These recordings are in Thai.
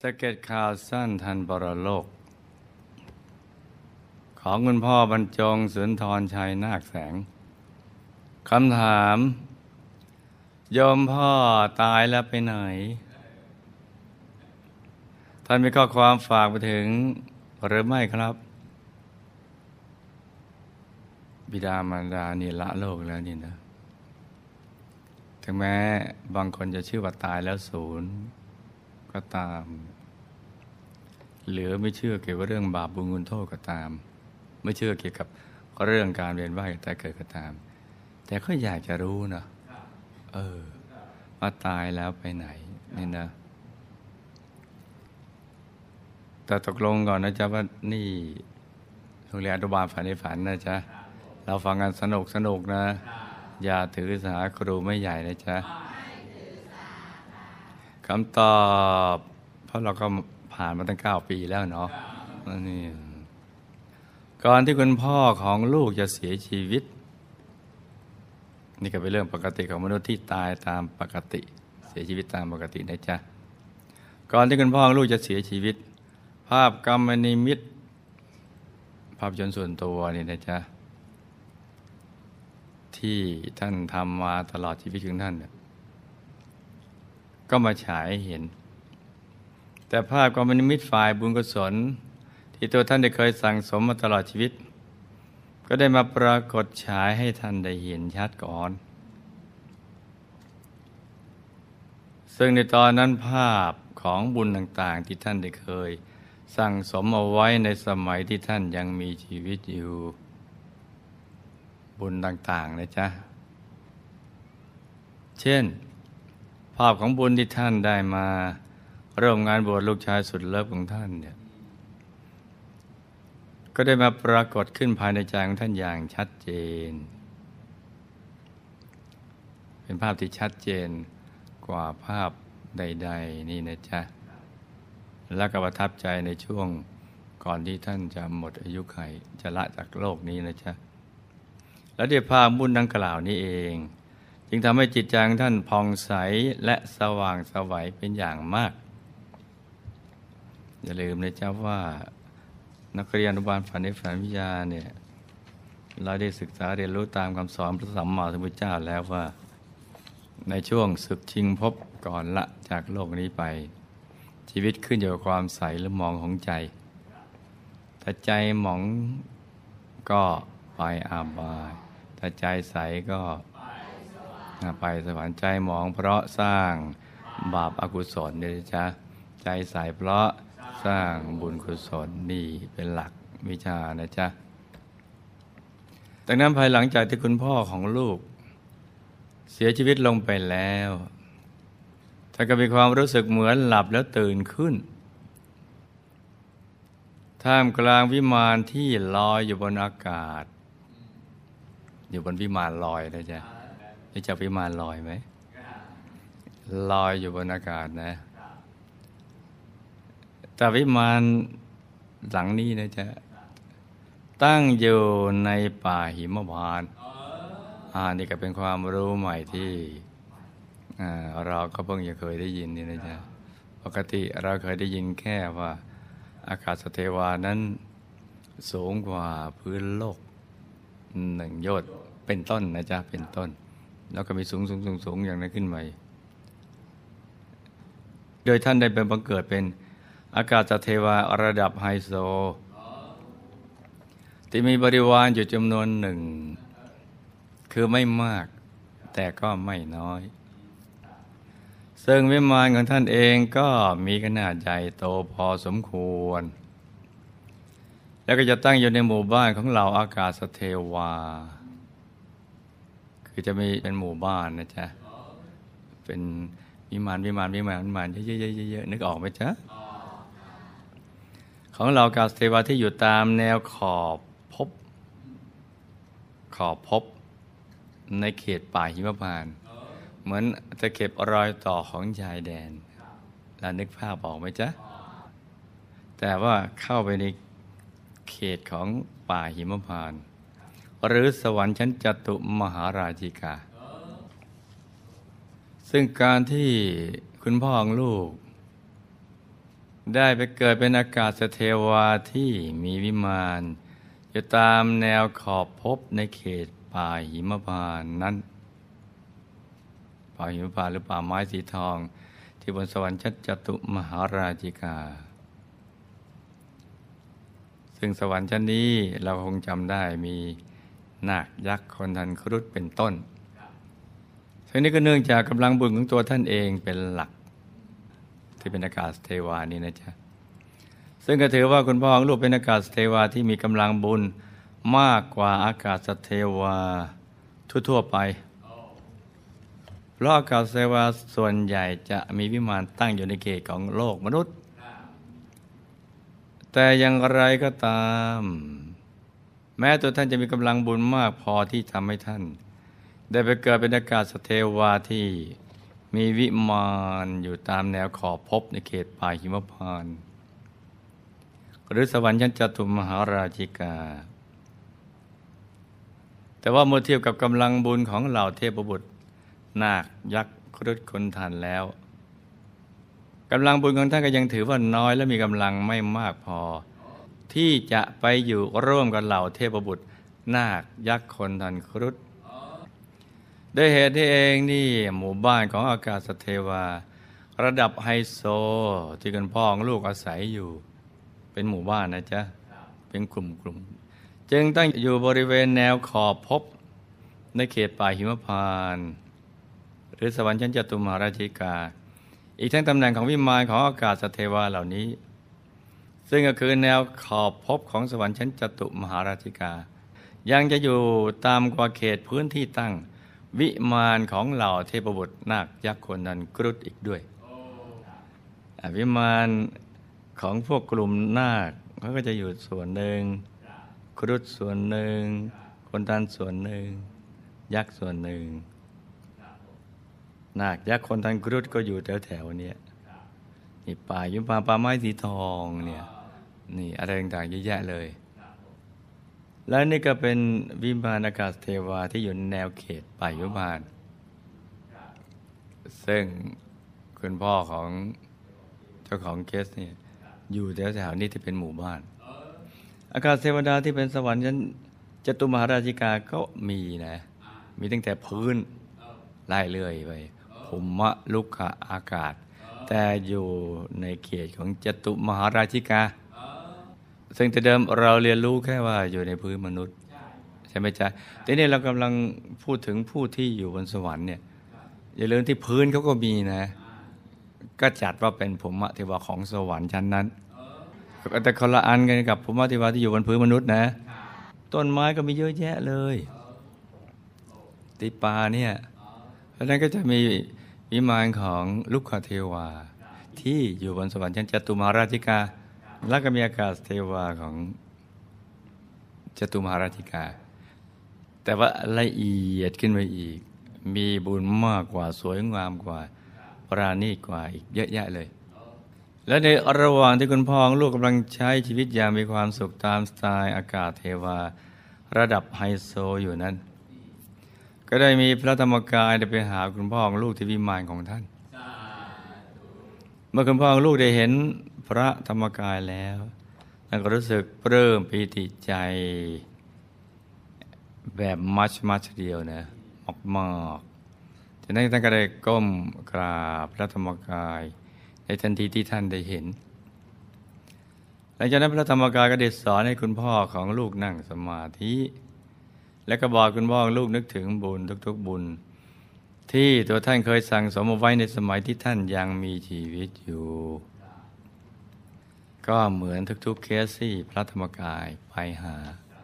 สเก็ตข่าวสั้นทันปรโลกของคุณพ่อบรรจงสุนทรชัยนาคแสงคำถามโยมพ่อตายแล้วไปไหนท่านมีข้อความฝากไปถึงหรือไม่ครับบิดามารดานี่ละโลกแล้วนี่นะถึงแม้บางคนจะชื่อว่าตายแล้วศูนย์ก็ตามหรือไม่เชื่อเกี่ยวกับเรื่องบาปบุญคุณโทษก็ตามไม่เชื่อเกี่ยวกับเรื่องการเวียนว่ายตายเกิดก็ตามแต่ก็อยากจะรู้นะว่าตายแล้วไปไหนนี่นะแต่ตกลงก่อนนะจ๊ะว่านี่โรงเรียนอนุบาลฝันในฝันนะจ๊ะเราฟังกันสนุกนะอย่าถือสาครูไม่ใหญ่นะจ๊ะคำตอบเพราะเราก็ผ่านมาตั้ง9 ปีแล้วเนาะนี่ก่อนที่คุณพ่อของลูกจะเสียชีวิตนี่ก็เป็นเรื่องปกติของมนุษย์ที่ตายตามปกติเสียชีวิตตามปกตินะจ๊ะก่อนที่คุณพ่อของลูกจะเสียชีวิตภาพกรรมนิมิตภาพยนตร์ส่วนตัวนี่นะจ๊ะที่ท่านทำมาตลอดชีวิตของท่านเนี่ยก็มาฉายให้เห็นแต่ภาพกรรมนิมิตฝ่ายบุญกุศลที่ตัวท่านได้เคยสั่งสมมาตลอดชีวิตก็ได้มาปรากฏฉายให้ท่านได้เห็นชัดก่อนซึ่งในตอนนั้นภาพของบุญต่างๆที่ท่านได้เคยสั่งสมเอาไว้ในสมัยที่ท่านยังมีชีวิตอยู่บุญต่างๆนะจ๊ะเช่นภาพของบุญที่ท่านได้มาร่วมงานบวชลูกชายสุดเลิฟของท่านเนี่ยก็ได้มาปรากฏขึ้นภายในใจของท่านอย่างชัดเจนเป็นภาพที่ชัดเจนกว่าภาพใดๆนี่นะจ๊ะและก็ประทับใจในช่วงก่อนที่ท่านจะหมดอายุขัยจะละจากโลกนี้นะจ๊ะและด้วยภาพบุญดังกล่าวนี้เองจึงทำให้จิตใจของท่านผ่องใสและสว่างไสวเป็นอย่างมากอย่าลืมนะจ๊ะว่านักเรียนอนุบาลฝันในฝันวิทยาเนี่ยเราได้ศึกษาเรียนรู้ตามคำสอนพระสัมมาสัมพุทธเจ้าแล้วว่าในช่วงศึกชิงภพก่อนละจากโลกนี้ไปชีวิตขึ้นอยู่กับความใสหรือมองของใจถ้าใจหมองก็ไปอาบายถ้าใจใสก็ไปสวรรค์ใจหมองเพราะสร้างบาปอกุศลเนี่ยจ๊ะใจใสเพราะสร้างบุญกุศลนี่เป็นหลักวิชานะจ๊ะดังนั้นภายหลังจากที่คุณพ่อของลูกเสียชีวิตลงไปแล้วท่านก็มีความรู้สึกเหมือนหลับแล้วตื่นขึ้นท่ามกลางวิมานที่ลอยอยู่บนอากาศอยู่บนวิมานลอยนะจ๊ะรู้จักวิมานลอยไหมลอยอยู่บนอากาศนะแต่วิมานหลังนี้นะจ๊ะตั้งอยู่ในป่าหิมพานต์นี่ก็เป็นความรู้ใหม่ที่เราก็เพิ่งจะเคยได้ยินนี่นะจ๊ะปกติเราเคยได้ยินแค่ว่าอากาศเทวานั้นสูงกว่าพื้นโลก1 โยชน์เป็นต้นนะจ๊ะเป็นต้นแล้วก็มีสูงอย่างนั้นขึ้นไปโดยท่านได้เป็นบังเกิดเป็นอากาศเทวาระดับไฮโซที่มีบริวารอยู่จำนวนหนึ่งคือไม่มากแต่ก็ไม่น้อยซึ่งวิมานของท่านเองก็มีขนาดใหญ่โตพอสมควรแล้วก็จะตั้งอยู่ในหมู่บ้านของเหล่าอากาศเทวาคือจะมีเป็นหมู่บ้านนะจ๊ะเป็นวิมานเยอะๆนึกออกไหมจ๊ะของเหล่าอากาศเทวาที่อยู่ตามแนวขอบภพในเขตป่าหิมพานต์เหมือนตะเข็บรอยต่อของชายแดนเรานึกภาพออกไหมจ๊ะแต่ว่าเข้าไปในเขตของป่าหิมพานต์หรือสวรรค์ชั้นจตุมหาราชิกาซึ่งการที่คุณพ่อของลูกได้ไปเกิดเป็นอากาศเทวาที่มีวิมานอยู่ตามแนวขอบภพในเขตป่าหิมพานต์นั้นป่าหิมพานต์หรือป่าไม้สีทองที่บนสวรรค์ชั้นจตุมหาราชิกาซึ่งสวรรค์ชั้นนี้เราคงจำได้มีนาคยักษ์คนทันครุฑเป็นต้นซึ่งนี้ก็เนื่องจากกำลังบุญของตัวท่านเองเป็นหลักที่เป็นอากาศเทวานี่นะจ๊ะซึ่งก็ถือว่าคุณพ่อของลูกเป็นอากาศเทวาที่มีกำลังบุญมากกว่าอากาศเทวาทั่วๆไปเพราะอากาศเทวาส่วนใหญ่จะมีวิมานตั้งอยู่ในเขตของโลกมนุษย์แต่อย่างไรก็ตามแม้ตัวท่านจะมีกำลังบุญมากพอที่ทำให้ท่านได้ไปเกิดเป็นอากาศเทวาที่มีวิมานอยู่ตามแนวขอบภพในเขตป่าหิมพานต์หรือสวรรค์ชั้นจตุมหาราชิกาแต่ว่าเมื่อเทียบกับกำลังบุญของเหล่าเทพบุตรนาคยักษ์ครุฑคนทันแล้วกำลังบุญของท่านก็ยังถือว่าน้อยและมีกำลังไม่มากพอที่จะไปอยู่ร่วมกับเหล่าเทพบุตรนาคยักษ์คนทันครุฑด้วยเหตุที่เองนี่หมู่บ้านของอากาศเทวาระดับไฮโซที่คุณพ่อของลูกอาศัยอยู่เป็นหมู่บ้านนะจ๊ะเป็นกลุ่มจึงตั้งอยู่บริเวณแนวขอบภพในเขตป่าหิมพานต์หรือสวรรค์ชั้นจตุมหาราชิกาอีกทั้งตำแหน่งของวิมานของอากาศเทวาเหล่านี้ซึ่งก็คือแนวขอบภพของสวรรค์ชั้นจตุมหาราชิกายังจะอยู่ตามกว่าเขตพื้นที่ตั้งวิมานของเหล่าเทพบุตรนาคยักษ์คนนั้นครุฑอีกด้วยวิมานของพวกกลุ่มนาคเขาก็จะอยู่ส่วนหนึ่งครุฑส่วนหนึ่งคนทันส่วนหนึ่งยักษ์ส่วนหนึ่งนาคยักษ์คนทันครุฑก็อยู่แถวๆนี้นี่ป่าหิมพานต์ป่าไม้สีทองเนี่ยนี่อะไรต่างๆเยอะแยะเลยและนี่ก็เป็นวิมานอากาศเทวาที่อยู่ในแนวเขตป่าหิมพานต์ซึ่งคุณพ่อของเจ้าของเคสเนี่ยอยู่แถวๆนี้ที่เป็นหมู่บ้านอากาศเทวดาที่เป็นสวรรค์ชั้นจตุมหาราชิกาก็มีนะมีตั้งแต่พื้นไล่เรื่อยไปภูมิลุกขะอากาศแต่อยู่ในเขตของจตุมหาราชิกาซึ่งแต่เดิมเราเรียนรู้แค่ว่าอยู่ในพื้นมนุษย์ใช่ไหมจ๊ะแต่นี่เรากำลังพูดถึงผู้ที่อยู่บนสวรรค์เนี่ยอย่าลืมที่พื้นเขาก็มีนะก็จัดว่าเป็นภูมิเทวาของสวรรค์ชั้นนั้นแต่คนละอันกันกับภูมิเทวาที่อยู่บนพื้นมนุษย์นะต้นไม้ก็มีเยอะแยะเลยติปาเนี่ยเพราะนั้นก็จะมีวิมานของลุกขเทวาที่อยู่บนสวรรค์ชั้นจตุมหาราชิกาแล้วก็มีอากาศเทวาของจตุมหาราชิกาแต่ว่าละเอียดขึ้นไปอีกมีบุญมากกว่าสวยงามกว่าปราณีตกว่าอีกเยอะแยะเลยและในระหว่างที่คุณพ่อของลูกกำลังใช้ชีวิตอย่างมีความสุขตามสไตล์อากาศเทวาระดับไฮโซอยู่นั้นก็ได้มีพระธรรมกายได้ไปหาคุณพ่อของลูกที่วิมานของท่านเมื่อคุณพ่อของลูกได้เห็นพระธรรมกายแล้วท่านก็รู้สึกปลื้มปีติใจแบบมัชเดียวนะมากๆจากนั้นท่านก็ได้ก้มกราบพระธรรมกายในทันทีที่ท่านได้เห็นหลังจากนั้นพระธรรมกายก็ได้สอนให้คุณพ่อของลูกนั่งสมาธิและก็บอกคุณพ่อของลูกนึกถึงบุญทุกๆบุญที่ตัวท่านเคยสั่งสมเอาไว้ในสมัยที่ท่านยังมีชีวิตอยู่ก็เหมือนทุกๆเคสที่พระธรรมกายไปหา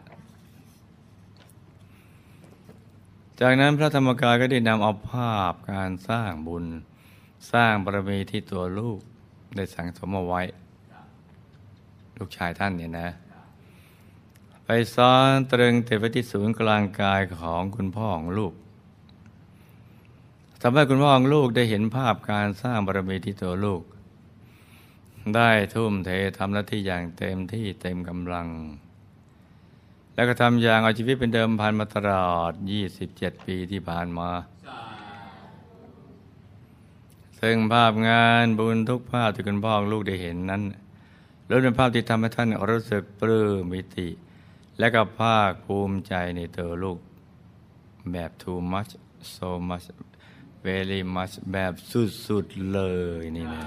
จากนั้นพระธรรมกายก็ได้นำเอาภาพการสร้างบุญสร้างบารมีที่ตัวลูกได้สั่งสมเอาไว้ลูกชายท่านเนี่ยนะไปซ้อนตรึงติดไว้ที่ศูนย์กลางกายของคุณพ่อของลูกทำให้คุณพ่อของลูกได้เห็นภาพการสร้างบารมีที่ตัวลูกได้ทุ่มเททำหน้าที่อย่างเต็มที่เต็มกำลังแล้วก็ทำอย่างเอาชีวิตเป็นเดิมพันมาตลอด27 ปีที่ผ่านมาสซึ่งภาพงานบุญทุกภาพที่คุณพ่อลูกได้เห็นนั้นล้วนเป็นภาพที่ทำให้ท่านรู้สึกปลื้มปิติและก็ภาคภูมิใจในตัวลูกแบบ too much so much very much แบบสุดๆเลยนี่นะ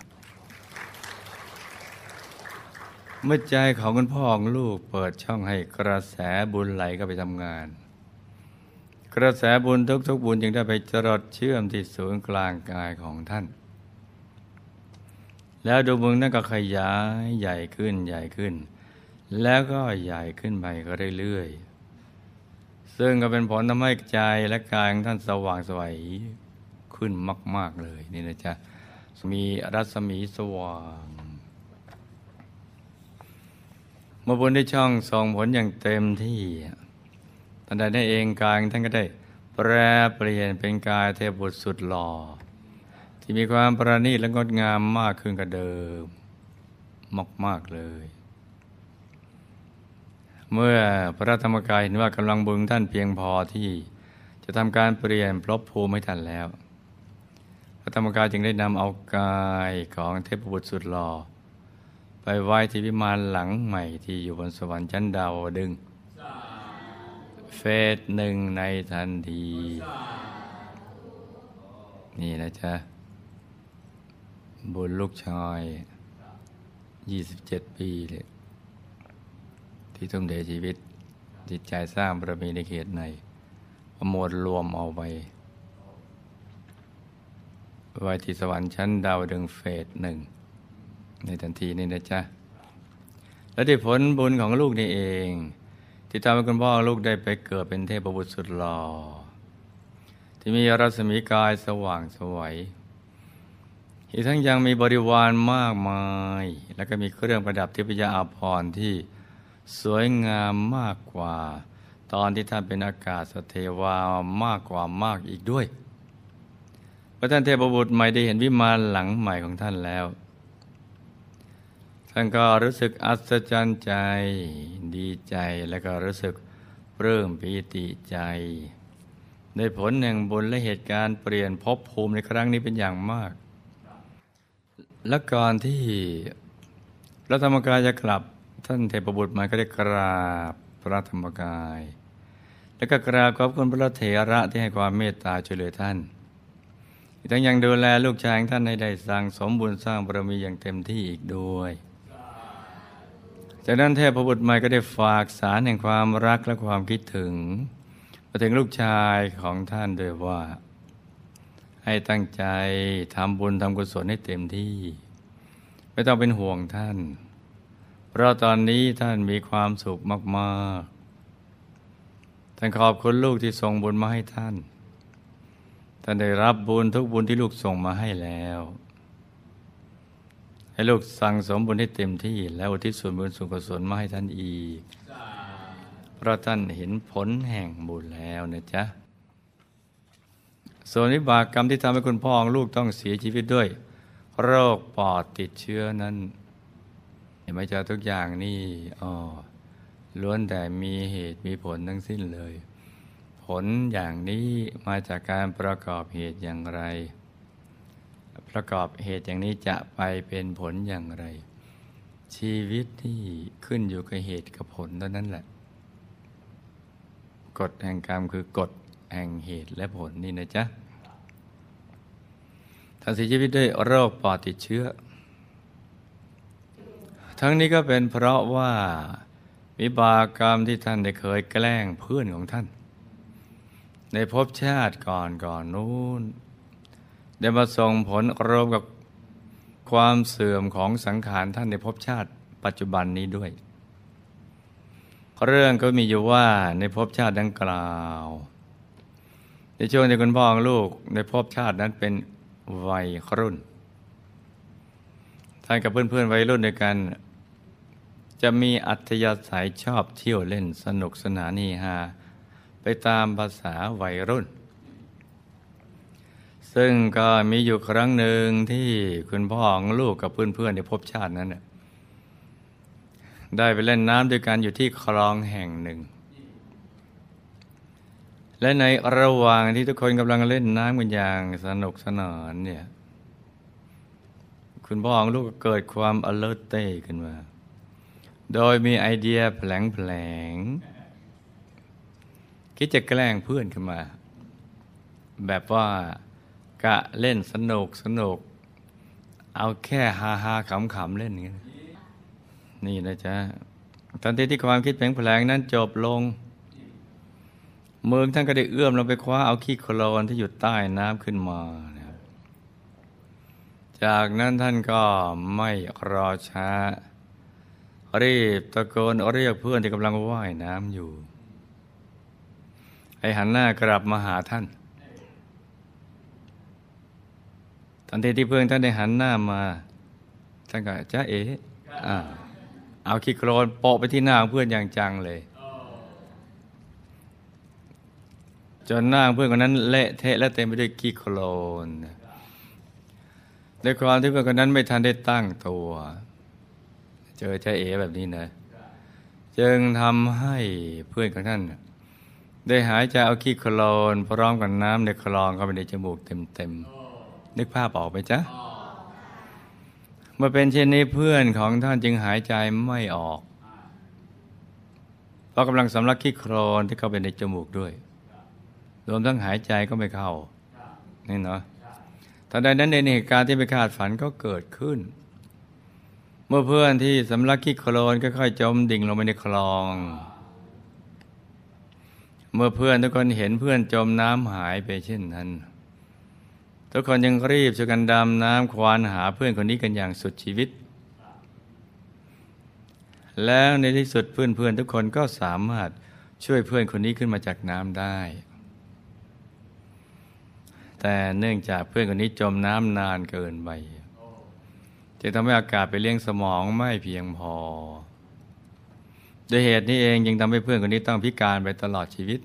เมื่อใจของคุณพ่อของลูกเปิดช่องให้กระแสบุญไหลเข้าไปทำงานกระแสบุญทุกบุญจึงได้ไปจรดเชื่อมที่ศูนย์กลางกายของท่านแล้วดวงบุญนั้นก็ขยายใหญ่ขึ้นใหญ่ขึ้นแล้วก็ใหญ่ขึ้นไปก็เรื่อยๆซึ่งก็เป็นผลทำให้ใจและกายของท่านสว่างไสวขึ้นมากๆเลยนี่นะจ๊ะมีรัศมีสว่างเมื่อบุญได้ช่องส่งผลอย่างเต็มที่ทันใดนั้นเองกายท่านก็ได้แปรเปลี่ยนเป็นกายเทพบุตรสุดหล่อที่มีความประณีตและงดงามมากขึ้นกว่าเดิมมากๆเลยเมื่อพระธรรมกายเห็นว่ากำลังบุญท่านเพียงพอที่จะทำการเปลี่ยนภพภูมิให้ท่านแล้วพระธรรมกายจึงได้นำเอากายของเทพบุตรสุดหล่อไปไว้ที่วิมานหลังใหม่ที่อยู่บนสวรรค์ชั้นดาวดึงส์เฟสหนึ่งในทันทีนี่นะจ๊ะบุญลูกชาย27 ปีเลยที่ทุ่มเทชีวิตจิตใจสร้างบารมีในเขตในประมวลรวมเอาไว้ที่สวรรค์ชั้นดาวดึงส์เฟสหนึ่งในทันทีนี่นะจ๊ะและที่ผลบุญของลูกนี่เองที่ทำให้คุณพ่อลูกได้ไปเกิดเป็นเทพบุตรสุดหล่อที่มีรัศมีกายสว่างไสวอีกทั้งยังมีบริวารมากมายและก็มีเครื่องประดับทิพยอาภรณ์ที่สวยงามมากกว่าตอนที่ท่านเป็นอากาศเทวามากกว่ามากอีกด้วยเมื่อท่านเทพบุตรใหม่ได้เห็นวิมานหลังใหม่ของท่านแล้วท่านก็รู้สึกอัศจรรย์ใจดีใจและก็รู้สึกปลื้มปีติใจได้ผลแห่งบุญและเหตุการณ์เปลี่ยนภพภูมิในครั้งนี้เป็นอย่างมากและก่อนที่พระธรรมกายจะกลับท่านเทพบุตรใหม่ก็ได้กราบพระธรรมกายและก็กราบขอบคุณพระเถระที่ให้ความเมตตาช่วยเหลือท่านอีกทั้งยังดูแลลูกชายของท่านให้ได้สั่งสมบุญสร้างบารมีอย่างเต็มที่อีกด้วยจากนั้นเทพบุตรใหม่ก็ได้ฝากสารแห่งความรักและความคิดถึงมาถึงลูกชายของท่านด้วยว่าให้ตั้งใจทำบุญทำกุศลให้เต็มที่ไม่ต้องเป็นห่วงท่านเพราะตอนนี้ท่านมีความสุขมากๆท่านขอบคุณลูกที่ส่งบุญมาให้ท่านได้รับบุญทุกบุญที่ลูกส่งมาให้แล้วให้ลูกสั่งสมบุญให้เต็มที่แล้วอุทิศส่วนบุญส่วนกุศลมาให้ท่านอีกเพราะท่านเห็นผลแห่งบุญแล้วนะจ๊ะส่วนวิบากกรรมที่ทำให้คุณพ่อของลูกต้องเสียชีวิตด้วยโรคปอดติดเชื้อนั้นเห็นไหมจ๊ะทุกอย่างนี่ล้วนแต่มีเหตุมีผลทั้งสิ้นเลยผลอย่างนี้มาจากการประกอบเหตุอย่างไรประกอบเหตุอย่างนี้จะไปเป็นผลอย่างไรชีวิตที่ขึ้นอยู่กับเหตุกับผลเท่านั้นแหละกฎแห่งกรรมคือกฎแห่งเหตุและผลนี่นะจ๊ะท่านเสียชีวิตด้วยโรคปอดติดเชื้อทั้งนี้ก็เป็นเพราะว่าวิบากกรรมที่ท่านได้เคยแกล้งเพื่อนของท่านในภพชาติก่อนนู้นได้มาส่งผลรวมกับความเสื่อมของสังขารท่านในภพชาติปัจจุบันนี้ด้วยเรื่องก็มีอยู่ว่าในภพชาติดังกล่าวในช่วงที่คุณพ่อของลูกในภพชาตินั้นเป็นวัยรุ่นท่านกับเพื่อนๆวัยรุ่นด้วยกันจะมีอัธยาศัยชอบเที่ยวเล่นสนุกสนานเฮฮาไปตามภาษาวัยรุ่นซึ่งก็มีอยู่ครั้งหนึ่งที่คุณพ่อของลูกกับเพื่อนๆในภพชาตินั้นได้ไปเล่นน้ำด้วยกันอยู่ที่คลองแห่งหนึ่งและในระหว่างที่ทุกคนกำลังเล่นน้ำกันอย่างสนุกสนานเนี่ยคุณพ่อของลูกก็เกิดความ alert ขึ้นมาโดยมีไอเดียแผลงคิดจะแกล้งเพื่อนขึ้นมาแบบว่ากะเล่นสนุกเอาแค่ฮาขำเล่นอย่างนี้นี่นะจ๊ะทันทีที่ความคิดแผลงนั้นจบลงมือท่านก็ได้เอื้อมลงไปคว้าเอาขี้โคลนที่อยู่ใต้น้ำขึ้นมานะครับจากนั้นท่านก็ไม่รอช้ารีบตะโกนเรียกเพื่อนที่กำลังว่ายน้ำอยู่ให้หันหน้ากลับมาหาท่านทันทีที่เพื่อนท่านได้หันหน้ามาท่านก็จ๊ะเอ๋เอาขี้โคลนโปะไปที่หน้าของเพื่อนอย่างจังเลยจนหน้าเพื่อนคนนั้นเละเทะและเต็มไปด้วยขี้โคลนด้วยความที่เพื่อนคนนั้นไม่ทันได้ตั้งตัวเจอจ๊ะเอ๋แบบนี้นะจึงทำให้เพื่อนของท่านได้หายใจเอาขี้โคลนพร้อมกับน้ำในคลองเข้าไปในจมูกเต็มนึกภาพออกไหมจ๊ะเมื่อเป็นเช่นนี้เพื่อนของท่านจึงหายใจไม่ออกเพราะกำลังสำลักขี้โคลนที่เข้าไปในจมูกด้วยรวมทั้งหายใจก็ไม่เข้านี่เนาะทันใดนั้นในเหตุการณ์ที่ไม่คาดฝันก็เกิดขึ้นเมื่อเพื่อนที่สำลักขี้โคลนค่อยๆจมดิ่งลงไปในคลองเมื่อเพื่อนทุกคนเห็นเพื่อนจมน้ำหายไปเช่นนั้นทุกคนยังรีบช่วยกันดำน้ำควานหาเพื่อนคนนี้กันอย่างสุดชีวิตแล้วในที่สุดเพื่อนทุกคนก็สามารถช่วยเพื่อนคนนี้ขึ้นมาจากน้ำได้แต่เนื่องจากเพื่อนคนนี้จมน้ำนานเกินไปจึงทำให้อากาศไปเลี้ยงสมองไม่เพียงพอโดยเหตุนี้เองจึงทำให้เพื่อนคนนี้ต้องพิการไปตลอดชีวิต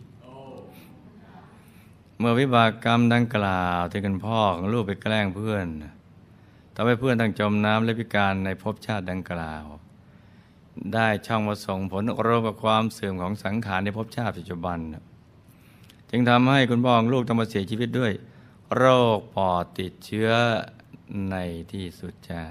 เมื่อวิบากกรรมดังกล่าวที่คุณพ่อของลูกไปแกล้งเพื่อนทำให้เพื่อนต้องจมน้ำและพิการในภพชาติดังกล่าวได้ช่องมาส่งผลรวมกับความเสื่อมของสังขารในภพชาติปัจจุบันจึงทำให้คุณพ่อของลูกต้องมาเสียชีวิตด้วยโรคปอดติดเชื้อในที่สุดจ้ะ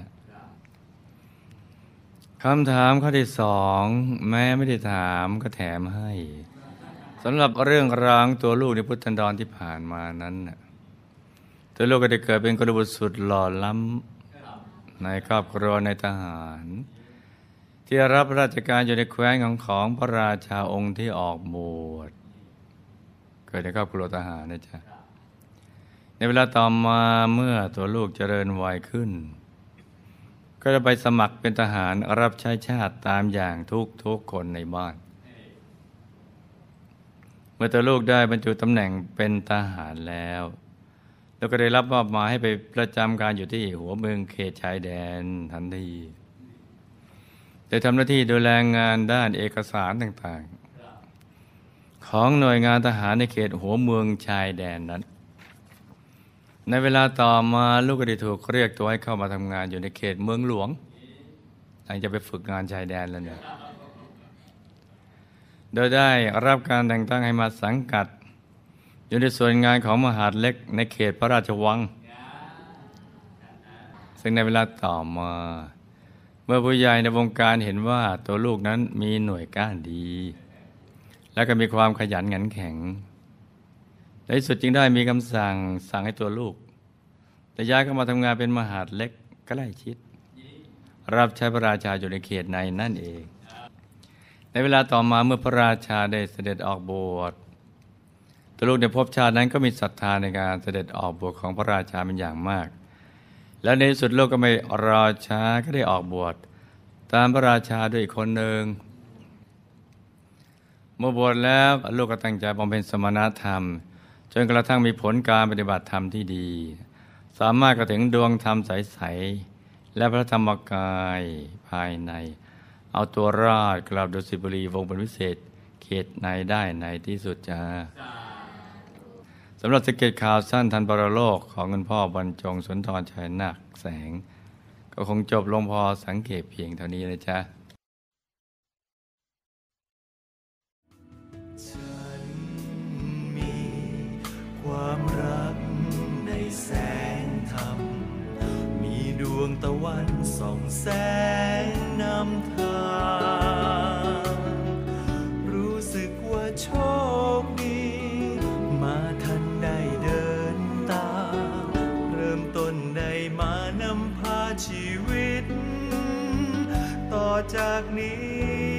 คำถามข้อที่สองแม้ไม่ได้ถามก็แถมให้สำหรับเรื่องราวตัวลูกในพุทธันดรที่ผ่านมานั้นตัวลูกก็ได้เกิดเป็นกุลบุตรสุดหล่อล้ำในครอบครัวในทหารที่รับราชการอยู่ในแคว้นของพระราชาองค์ที่ออกบวชเกิดในครอบครัวทหารนะจ๊ะในเวลาต่อมาเมื่อตัวลูกเจริญวัยขึ้นก็จะไปสมัครเป็นทหารรับใช้ชาติตามอย่างทุกคนในบ้านเมื่อตัวลูกได้บรรจุตำแหน่งเป็นทหารแล้วก็ได้รับมอบหมายให้ไปประจำการอยู่ที่หัวเมืองเขตชายแดนทันทีได้ทำหน้าที่ดูแลงานด้านเอกสารต่างๆของหน่วยงานทหารในเขตหัวเมืองชายแดนนั้นในเวลาต่อมาลูกก็ได้ถูกเรียกตัวให้เข้ามาทำงานอยู่ในเขตเมืองหลวงหลังจากไปฝึกงานชายแดนแล้วเนี่ยโดยได้รับการแต่งตั้งให้มาสังกัดอยู่ในส่วนงานของมหาดเล็กในเขตพระราชวังซึ่งในเวลาต่อมาเมื่อผู้ใหญ่ในวงการเห็นว่าตัวลูกนั้นมีหน่วยก้านดีและก็มีความขยันขันแข็งในที่สุดจึงได้มีคำสั่งให้ตัวลูกได้ย้ายเข้ามาทำงานเป็นมหาดเล็กใกล้ชิดรับใช้พระราชาอยู่ในเขตในนั่นเองในเวลาต่อมาเมื่อพระราชาได้เสด็จออกบวชตัวลูกในภพชาตินั้นก็มีศรัทธาในการเสด็จออกบวชของพระราชาเป็นอย่างมากและในที่สุดลูกก็ไม่รอช้าก็ได้ออกบวชตามพระราชาด้วยอีกคนหนึ่งเมื่อบวชแล้วลูกก็ตั้งใจบำเพ็ญสมณธรรมจนกระทั่งมีผลการปฏิบัติธรรมที่ดีสามารถเข้าถึงดวงธรรมใสๆและพระธรรมกายภายในเอาตัวรอดกลับดุสิตบุรีวงเป็นวิเศษเขตในได้ในที่สุดจ้าสำหรับสเก็ตข่าวสั้นทันปรโลกของคุณพ่อบรรจงสุนทรชัยนาคแสงก็คงจบลงพอสังเกตเพียงเท่านี้นะจ๊ะฉันมีความรักในแสงธรรมมีดวงงตะวันส่องแสงนำทางรู้สึกว่าโชคดีมาทันได้เดินตามเริ่มต้นได้มานำพาชีวิตต่อจากนี้